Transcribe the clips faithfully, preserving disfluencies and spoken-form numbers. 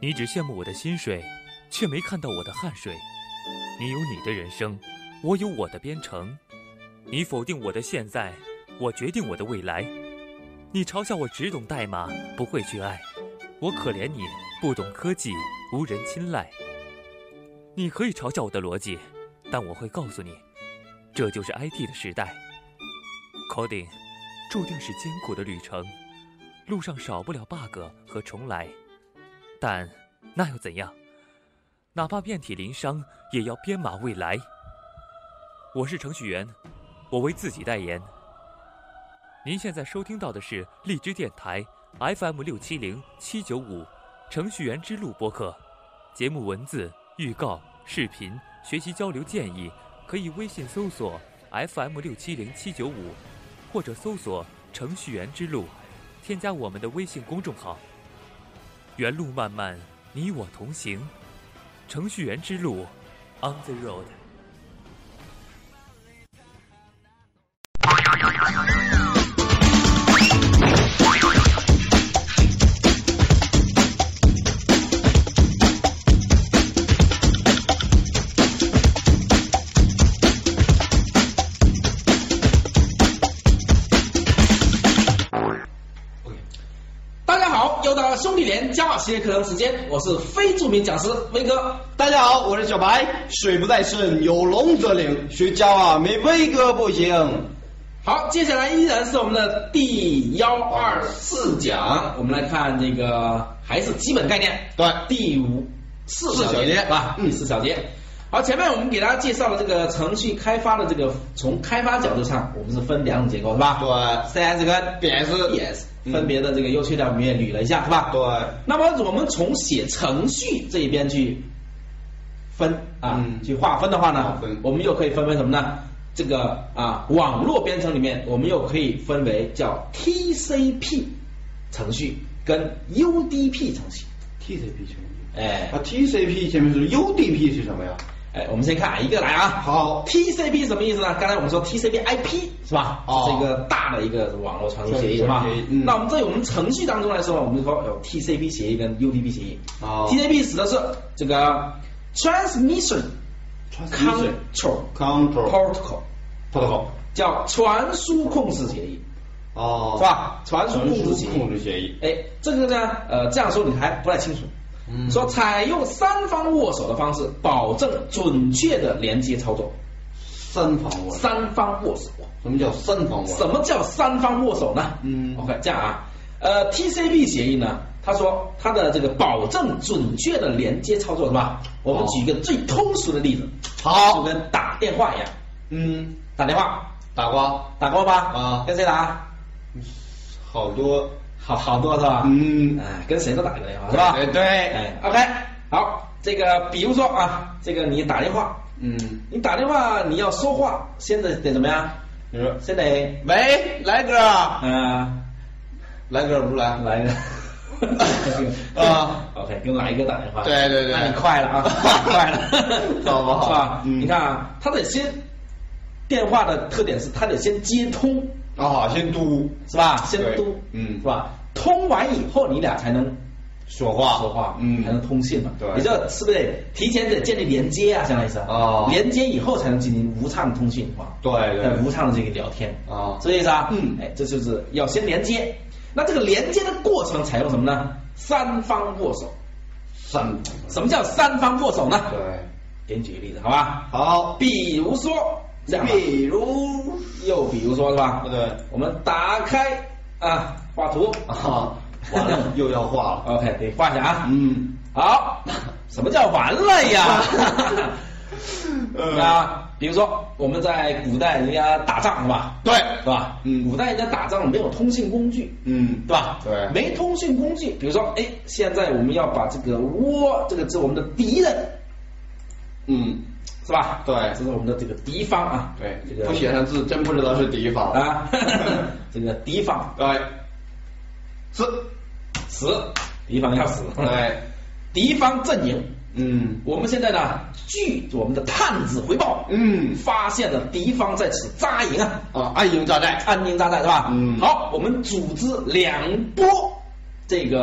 你只羡慕我的薪水，却没看到我的汗水。你有你的人生，我有我的编程。你否定我的现在，我决定我的未来。你嘲笑我只懂代码，不会去爱。我可怜你不懂科技，无人青睐。你可以嘲笑我的逻辑，但我会告诉你，这就是 I T 的时代。Coding 注定是艰苦的旅程，路上少不了 bug 和重来。但那又怎样？哪怕遍体鳞伤，也要编码未来。我是程序员，我为自己代言。您现在收听到的是荔枝电台 F M 六七零七九五程序员之路播客。节目文字、预告、视频、学习交流建议，可以微信搜索 F M 六七零七九五，或者搜索程序员之路，添加我们的微信公众号。原路漫漫，你我同行。程序员之路 On the road。 兄弟连 Java 系列课程时间，我是非著名讲师威哥。 大家好，我是小白。水不在深，有龙则灵。学 Java 没威哥不行。 好，接下来依然是我们的第幺二四讲，我们来看这个还是基本概念。 对， 第五四小节是吧？ 嗯， 第四小节。好，前面我们给大家介绍了这个程序开发的这个，从开发角度上，我们是分两种结构是吧？ 对 ，C S 跟 B S， B S。分别的这个优缺点我们也捋了一下，是吧？ 对。 那么我们从写程序这一边去分啊， 嗯、 去划分的话呢， 分我们又可以分为什么呢？这个啊，网络编程里面，我们又可以分为叫 T C P 程序跟 U D P 程序。 T C P 程序。 哎， 啊 ，T C P 前面是 U D P 是什么呀？ 哎，我们先看一个来啊。 好 ，T C P 什么意思呢？刚才我们说 T C P I P 是吧？ 哦， 这是一个大的一个网络传输协议是吧？ 嗯、 那我们在我们程序当中来说，我们说有 T C P 协议跟 U D P 协议。 哦 ，T C P 指的是这个 transmission control control protocol protocol 叫传输控制协议。 哦， 是吧？传输控制协议。 控制协议。 哎，这个呢，呃，这样说你还不太清楚。 嗯、 说采用三方握手的方式，保证准确的连接操作。 三方握手。 三方握手。 什么叫三方握手？ 什么叫三方握手呢？ 嗯 ，OK， 这样啊，呃 ，T C P 协议呢，他说它的这个保证准确的连接操作是吧？我们举一个最通俗的例子， 好， 就跟打电话一样。 嗯， 打电话， 打过， 打过吧？ 啊， 跟谁打？ 好多。 好好多是吧？ 嗯， 哎，跟谁都打个电话是吧？ 对对， 哎 ，OK， 好，这个比如说啊，这个你打电话， 嗯， 你打电话你要说话，先得得怎么样？ 你说先得喂，来哥， 嗯， 来哥不来， 来个啊 ，OK， 跟来哥打电话， 对对对， 那你快了啊，快了， 好不好？ 是吧？ 嗯， 你看啊，他得先电话的特点是他得先接通。 啊，先嘟是吧？先嘟， 嗯， 是吧？通完以后，你俩才能说话， 说话， 嗯， 才能通信嘛。 对， 你这是不是得提前得建立连接啊？相当于是啊， 连接以后才能进行无畅通信啊。 对对， 无畅的这个聊天啊， 是这意思啊？ 嗯， 哎，这就是要先连接。那这个连接的过程采用什么呢？三方握手。 三方。 什么叫三方握手呢？ 对， 给你举个例子，好吧？ 好， 比如说。 比如， 又比如说是吧？ 对， 我们打开啊，画图啊，完了又要画了。 OK， 得画一下啊。 嗯， 好，什么叫完了呀？啊，比如说我们在古代人家打仗是吧？ 对， 是吧？ 嗯， 古代人家打仗没有通信工具， 嗯， 对吧？ 对， 没通讯工具，比如说，哎，现在我们要把这个倭，这个是我们的敌人， 嗯。 是吧？ 对， 这是我们的这个敌方啊。 对， 这个不写上字真不知道是敌方啊。这个敌方， 对，死死，敌方要死。 对， 敌方阵营。 嗯， 我们现在呢，据我们的探子回报， 嗯， 发现了敌方在此扎营啊， 啊，安营扎寨， 安营扎寨是吧？ 嗯， 好，我们组织两波这个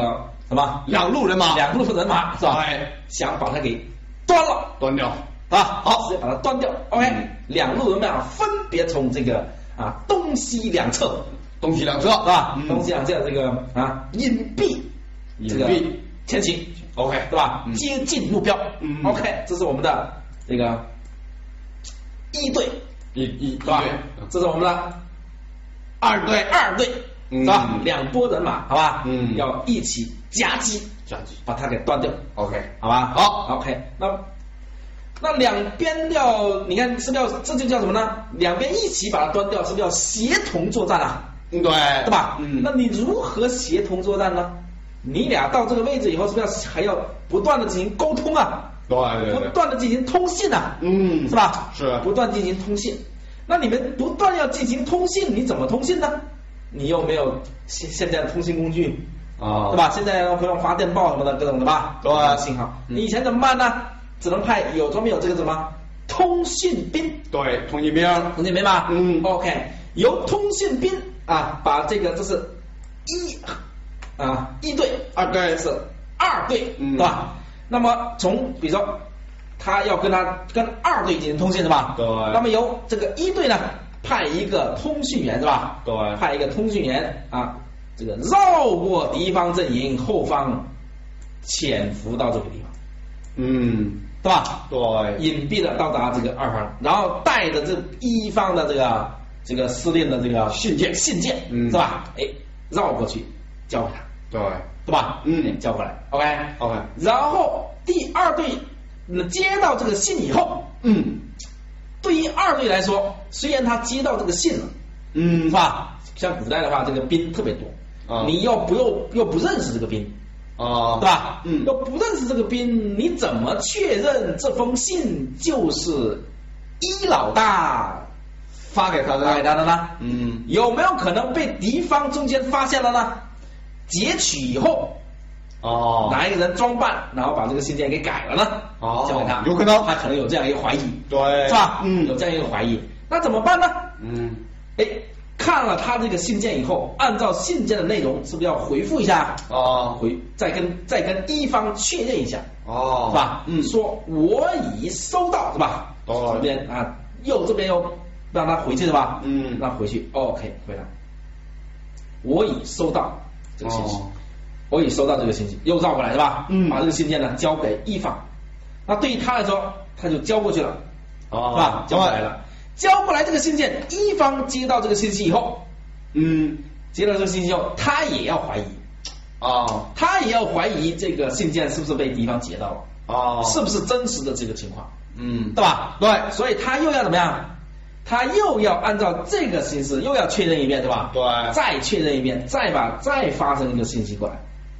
什么两路人马， 两路人马是吧？ 哎， 想把它给端了端掉啊，好，直接把它端掉。OK，、 嗯、 两路人马分别从这个啊东西两侧， 东西两侧是吧？ 嗯、 东西两侧这个啊隐蔽， 隐蔽前行 ，OK， 对吧？ 嗯、 接近目标、 嗯、 ，OK， 这是我们的这个一队， 一一对吧？这是我们的二队，二队。 嗯、 是吧？两拨人马，好吧？ 嗯， 要一起夹击， 夹击， 把它给端掉。 OK， 好吧？ 好 ，OK。那那两边要，你看是不是要，这就叫什么呢？两边一起把它端掉，是不是要协同作战啊？ 对， 对吧？ 嗯， 那你如何协同作战呢？你俩到这个位置以后，是不是要还要不断的进行沟通啊？ 对对对， 不断的进行通信啊？ 嗯， 是吧？ 是， 不断进行通信。那你们不断要进行通信，你怎么通信呢？你又没有现现在的通信工具啊， 对吧？现在会用发电报什么的各种的吧？ 对， 信号。你以前怎么办呢？只能派有专门有这个什么通讯兵， 对，通讯兵， 通讯兵吧？ 嗯 ，OK， 由通讯兵啊，把这个这是一啊一队， 二队是二队， 嗯， 对吧？那么从比如说他要跟他跟二队进行通信是吧？ 对。 那么由这个一队呢？派一个通讯员是吧？ 对， 派一个通讯员啊，这个绕过敌方阵营后方，潜伏到这个地方， 嗯， 对吧？ 对， 隐蔽的到达这个二方，然后带着这一方的这个这个司令的这个信件， 信件， 嗯， 是吧？哎，绕过去交给他， 对， 对吧？ 嗯， 交过来 ，OK， OK， 然后第二队接到这个信以后， 嗯。 对于二队来说，虽然他接到这个信了， 嗯， 是吧？像古代的话，这个兵特别多， 啊、 你要不又又不认识这个兵， 啊， 对吧？ 嗯， 要不认识这个兵，你怎么确认这封信就是一老大发给他的？ 发给他的呢？ 嗯， 有没有可能被敌方中间发现了呢？截取以后。 哦， 哪一个人装扮，然后把这个信件给改了呢？ 哦， 交给他， 有可能， 他可能有这样一个怀疑， 对， 是吧？ 嗯， 有这样一个怀疑，那怎么办呢？ 嗯， 哎，看了他这个信件以后，按照信件的内容，是不是要回复一下？ 哦， 回再跟再跟一方确认一下， 哦， 是吧？ 嗯， 说我已收到，是吧？ 哦， 这边啊，右这边又让他回去是吧？ 嗯， 让回去 ，OK， 回来，我已收到这个信息。 哦， 我已收到这个信息，又绕过来是吧？ 嗯， 把这个信件呢交给一方，那对于他来说，他就交过去了， 哦， 是吧？交过来了，交过来这个信件，一方接到这个信息以后， 嗯， 接到这个信息以后，他也要怀疑， 哦， 他也要怀疑这个信件是不是被敌方截到了， 哦， 是不是真实的这个情况， 嗯， 对吧？ 对， 所以他又要怎么样？他又要按照这个形式，又要确认一遍，对吧？ 对， 再确认一遍，再把再发生一个信息过来。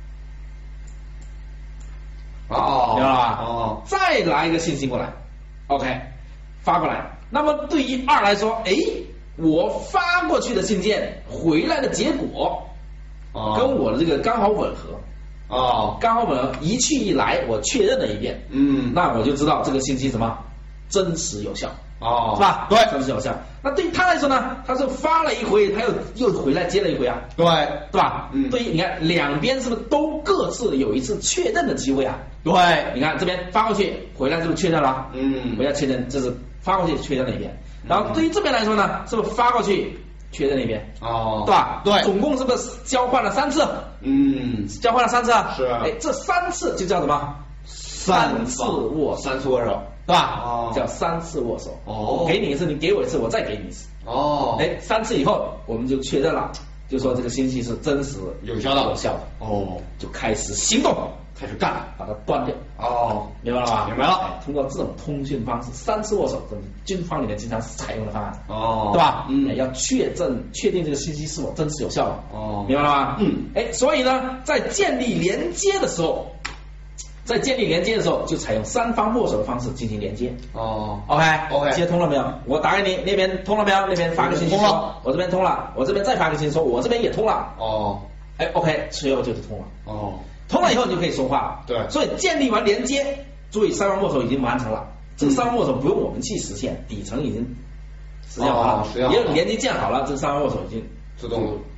哦， 明白了吧？ 哦， 再来一个信息过来 ，OK， 发过来。那么对于二来说，哎，我发过去的信件回来的结果， 哦， 跟我的这个刚好吻合， 哦， 刚好吻合，一去一来，我确认了一遍， 嗯， 那我就知道这个信息什么真实有效， 哦， 是吧？ 对， 真实有效。那对于他来说呢，他是发了一回，他又又回来接了一回啊， 对， 对吧？ 嗯， 对于你看两边是不是都各自有一次确认的机会啊？ 对， 你看这边发过去，回来是不是确认了？ 嗯， 回来确认，这是发过去确认了一遍。然后对于这边来说呢，是不是发过去确认了一遍？ 哦， 对吧？ 对， 总共是不是交换了三次？ 嗯， 交换了三次啊？ 是。 哎，这三次就叫什么？三次握手， 三次握手， 对吧？ 哦， 叫三次握手。 哦， 我给你一次，你给我一次，我再给你一次。 哦， 哎，三次以后我们就确认了，就说这个信息是真实有效的， 有效的。 哦， 就开始行动， 开始干， 把它端掉。 哦， 明白了吧？ 明白了。 哎，通过这种通讯方式，三次握手，这是军方里面经常采用的方案。 哦， 对吧？ 嗯， 哎要确证确定这个信息是否真实有效的。 哦， 明白了吗？ 嗯， 哎，所以呢，在建立连接的时候，在建立连接的时候，就采用三方握手的方式进行连接。 哦 ，OK OK， 接通了没有？我打给你，那边通了没有？那边发个信息通了， 我这边通了，我这边再发个信息说，我这边也通了。 哦， 哎 ，OK，随后就是通了。 哦， 通了以后你就可以说话了。 对， 所以建立完连接，注意三方握手已经完成了。这个三方握手不用我们去实现，底层已经实现好了， 哦、 也有连接建好了，这个三方握手已经自动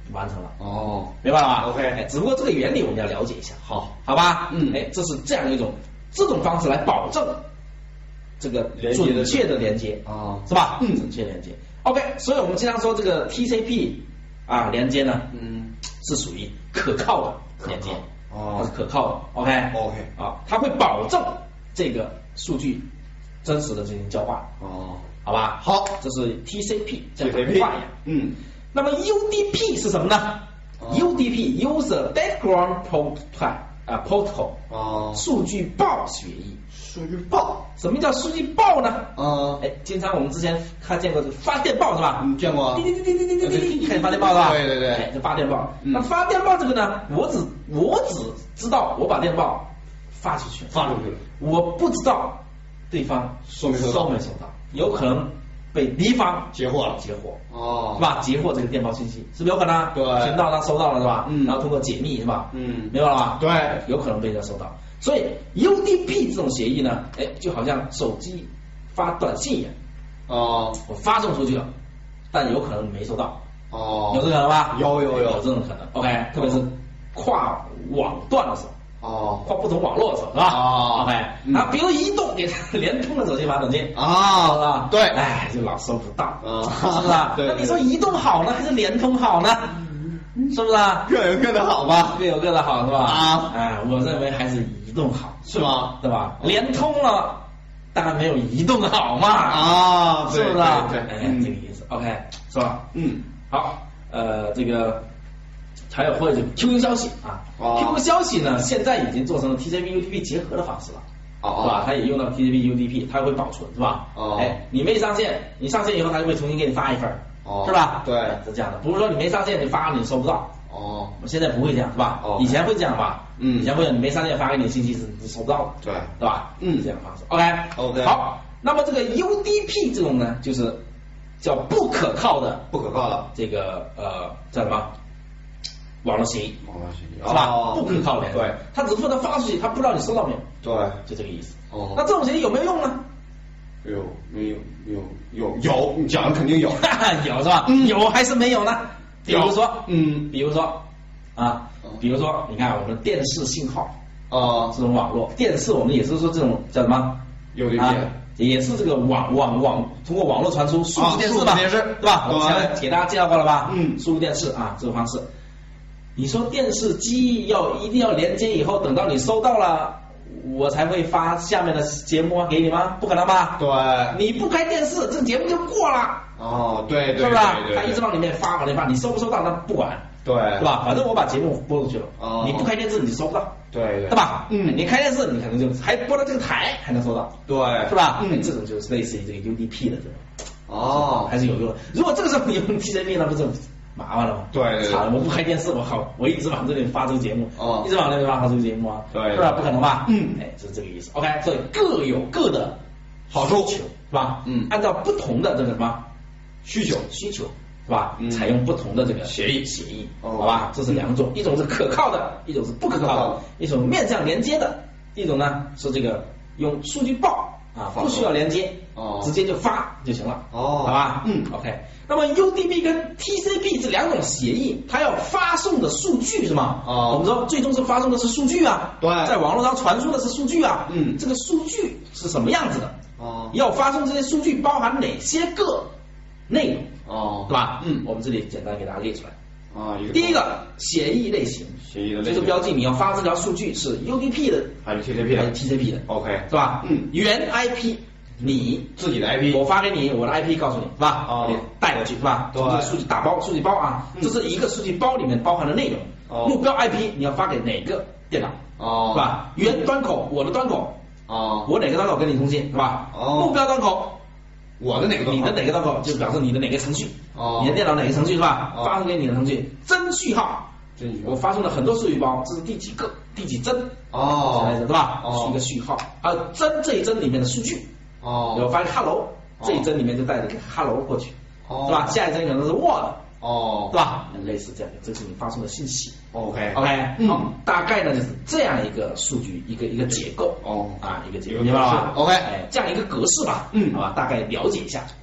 完成了。 哦， 明白了吧 ？OK， 哎，只不过这个原理我们要了解一下， 好， 好吧？ 嗯， 哎，这是这样一种这种方式来保证这个准确的连接啊， 是吧？ 嗯， 准确连接。OK， 所以我们经常说这个 T C P 啊连接呢， 嗯， 是属于可靠的连接， 哦， 它是可靠的。OK，OK， 啊，它会保证这个数据真实的进行交换。 哦， 好吧？ 好， 这是 T C P， 这样 T C P， 画一样。 嗯， 那么 U D P 是什么呢？ 哦、 U D P User Background Protocol 啊 Protocol 哦， 数据报协议。 数据报， 什么叫数据报呢？ 嗯， 哎，经常我们之前看见过这个发电报是吧？ 你见过？ 叮叮叮叮叮叮叮叮，你看发电报是吧？ 对对对， 哎，这发电报。 嗯、 那发电报这个呢，我只我只知道我把电报发出去， 发出去了， 我不知道对方收没收到， 收没收到，有可能被敌方截获了， 截获， 哦， 是吧？截获这个电报信息，是不是有可能？ 对， 频道他收到了是吧？ 嗯， 然后通过解密是吧？ 嗯， 明白了吧？ 对， 有可能被人家收到。所以 U D P 这种协议呢，哎，就好像手机发短信一样， 哦， 我发送出去了，但有可能没收到， 哦， 有这个可能吧？ 有有有有这种可能。OK， 特别是跨网段的时候。 哦， 跨不同网络的时候是吧？ 哦 ，OK，那、嗯、比如移动给联通的手机发短信啊， 是吧？ 对， 哎，就老收不到， 啊， 是不是啊？ 对， 那你说移动好呢，还是联通好呢？是不是啊？ 各有各的好吧， 各有各的好是吧？ 啊， 哎，我认为还是移动好， 是吗？ 对吧？联通了，当然没有移动好嘛， 啊， 是不是啊？ 对， 哎，这个意思 ，OK， 是吧？ 嗯， 好，呃，这个。还有或者 Q Q 消息啊、哦、，Q Q 消息呢，现在已经做成了 T C P U D P 结合的方式了， 哦， 是吧？它也用到 T C P U D P， 它会保存，是吧？ 哦， 哎，你没上线，你上线以后，它就会重新给你发一份， 哦， 是吧？ 对， 是这样的，不是说你没上线你发了你收不到， 哦， 我现在不会这样，是吧？ 哦， 以前会这样吧？ 嗯， 以前会你没上线发给你的信息是你收不到的， 对， 对吧？ 嗯， 这样的方式 ，OK，OK， 好， 那么这个 U D P 这种呢，就是叫不可靠的， 不可靠的这个呃叫什么？网络协议， 网络协议是吧？ 哦、 不可靠的， 对， 他只是负责发出去，他不知道你收到没有， 对， 就这个意思。 哦， 那这种协议有没有用呢？ 有，没有，有，有，有，你讲的肯定有， 有是吧？ 嗯， 有还是没有呢？比如说， 嗯， 比如说啊，比如说，你看我们电视信号啊， 这种网络电视，我们也是说这种叫什么？ 有的啊，也是这个网网网通过网络传输数字电视吧， 电视对吧？我前面给大家介绍过了吧？ 嗯， 输入电视啊，这种方式。你说电视机要一定要连接以后，等到你收到了，我才会发下面的节目给你吗？不可能吧？ 对， 你不开电视，这节目就过了。 哦，对对， 是不是？ 他一直往里面发，往里面发，你收不收到那不管， 对， 是吧？反正我把节目播出去了， 哦， 你不开电视你收不到， 对对， 对吧？ 嗯， 你开电视你可能就还播到这个台还能收到， 对， 是吧？ 嗯， 这种就是类似于这个 U D P 的这种， 哦， 还是有用。如果这个时候你用 T C P， 那不是麻烦了吗？ 对对， 惨了，我不开电视，我好，我一直往这里发这个节目， 哦， 一直往那里发这个节目啊， 对， 是吧？不可能吧？ 嗯， 哎，就是这个意思。OK， 所以各有各的好处， 是吧？ 嗯， 按照不同的这个什么需求需求。是吧？ 嗯， 采用不同的这个协议协议， 哦， 好吧？这是两种，一种是可靠的，一种是不可靠的，一种面向连接的，一种呢是这个用数据报啊，不需要连接， 哦， 直接就发就行了， 哦， 好吧？ 嗯 ，OK。那么 U D P 跟 T C P 这两种协议，它要发送的数据是吗？ 哦， 我们说最终是发送的是数据啊， 对， 在网络上传输的是数据啊， 嗯， 这个数据是什么样子的？ 哦， 要发送这些数据包含哪些个内容？ 哦， 对吧？ 嗯， 我们这里简单给大家列出来。 啊，一个第一个协议类型， 协议的类型， 就是标记你要发这条数据是 U D P 的还是 T C P 的 ？T C P 的 ，OK， 是吧？ 嗯， 原 I P 你自己的 I P， 我发给你，我的 I P 告诉你是吧？ 哦， 带过去是吧？ 对， 这个数据打包，数据包啊，这是一个数据包里面包含的内容。 哦， 目标 I P 你要发给哪个电脑？ 哦， 是吧？原端口，我的端口， 哦， 我哪个端口跟你通信是吧？ 哦， 目标端口。 我的哪个端口？ 你的哪个端口就表示你的哪个程序， 哦， 你的电脑哪个程序是吧？ 哦， 发送给你的程序，真序号， 真序号，我发送了很多数据包，这是第几个，第几帧， 哦， 对吧？ 哦， 是一个序号，而帧这一帧里面的数据， 哦， 我发一个 hello，这一帧里面就带着一个 hello 过去， 哦， 是吧？下一帧可能是 word， 哦， 对吧？类似这样的，这是你发送的信息。 OK OK， 嗯， 好，大概呢就是这样一个数据，一个一个结构， 哦， 啊，一个结构，明白了吧 ？OK， 哎，这样一个格式吧， 嗯， 好吧，大概了解一下 ，OK， 好。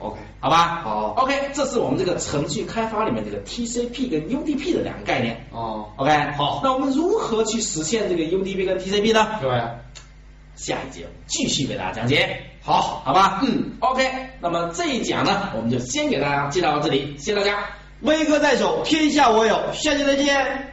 好吧？ 好 ，OK， 这是我们这个程序开发里面这个 T C P 跟 U D P 的两个概念。 哦 OK， 好， 那我们如何去实现这个 U D P 跟 T C P 呢？ 对， 下一节继续为大家讲解。 好， 好吧， 嗯 ，OK， 那么这一讲呢，我们就先给大家介绍到这里，谢谢大家。 威哥在手，天下我有，下期再见。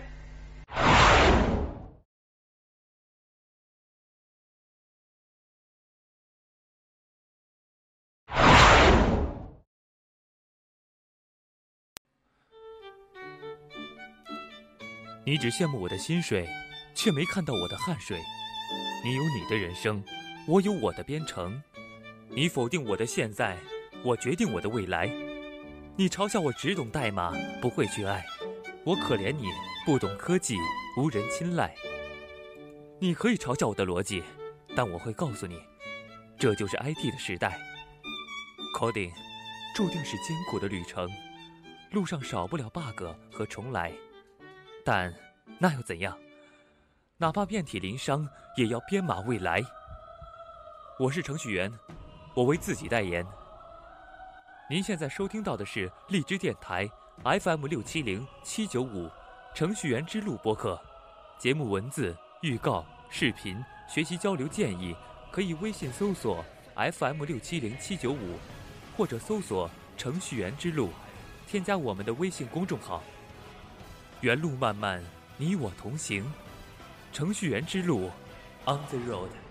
你只羡慕我的薪水，却没看到我的汗水。你有你的人生，我有我的编程。你否定我的现在，我决定我的未来。你嘲笑我只懂代码，不会去爱。我可怜你不懂科技，无人青睐。你可以嘲笑我的逻辑，但我会告诉你，这就是 I T 的时代。Coding 注定是艰苦的旅程，路上少不了 bug 和重来。但那又怎样？哪怕遍体鳞伤，也要编码未来。我是程序员，我为自己代言。您现在收听到的是荔枝电台 F M 六七零七九五程序员之路播客。节目文字、预告、视频、学习交流建议，可以微信搜索 F M 六七零七九五，或者搜索程序员之路，添加我们的微信公众号。原路漫漫，你我同行。程序员之路 ，On the road。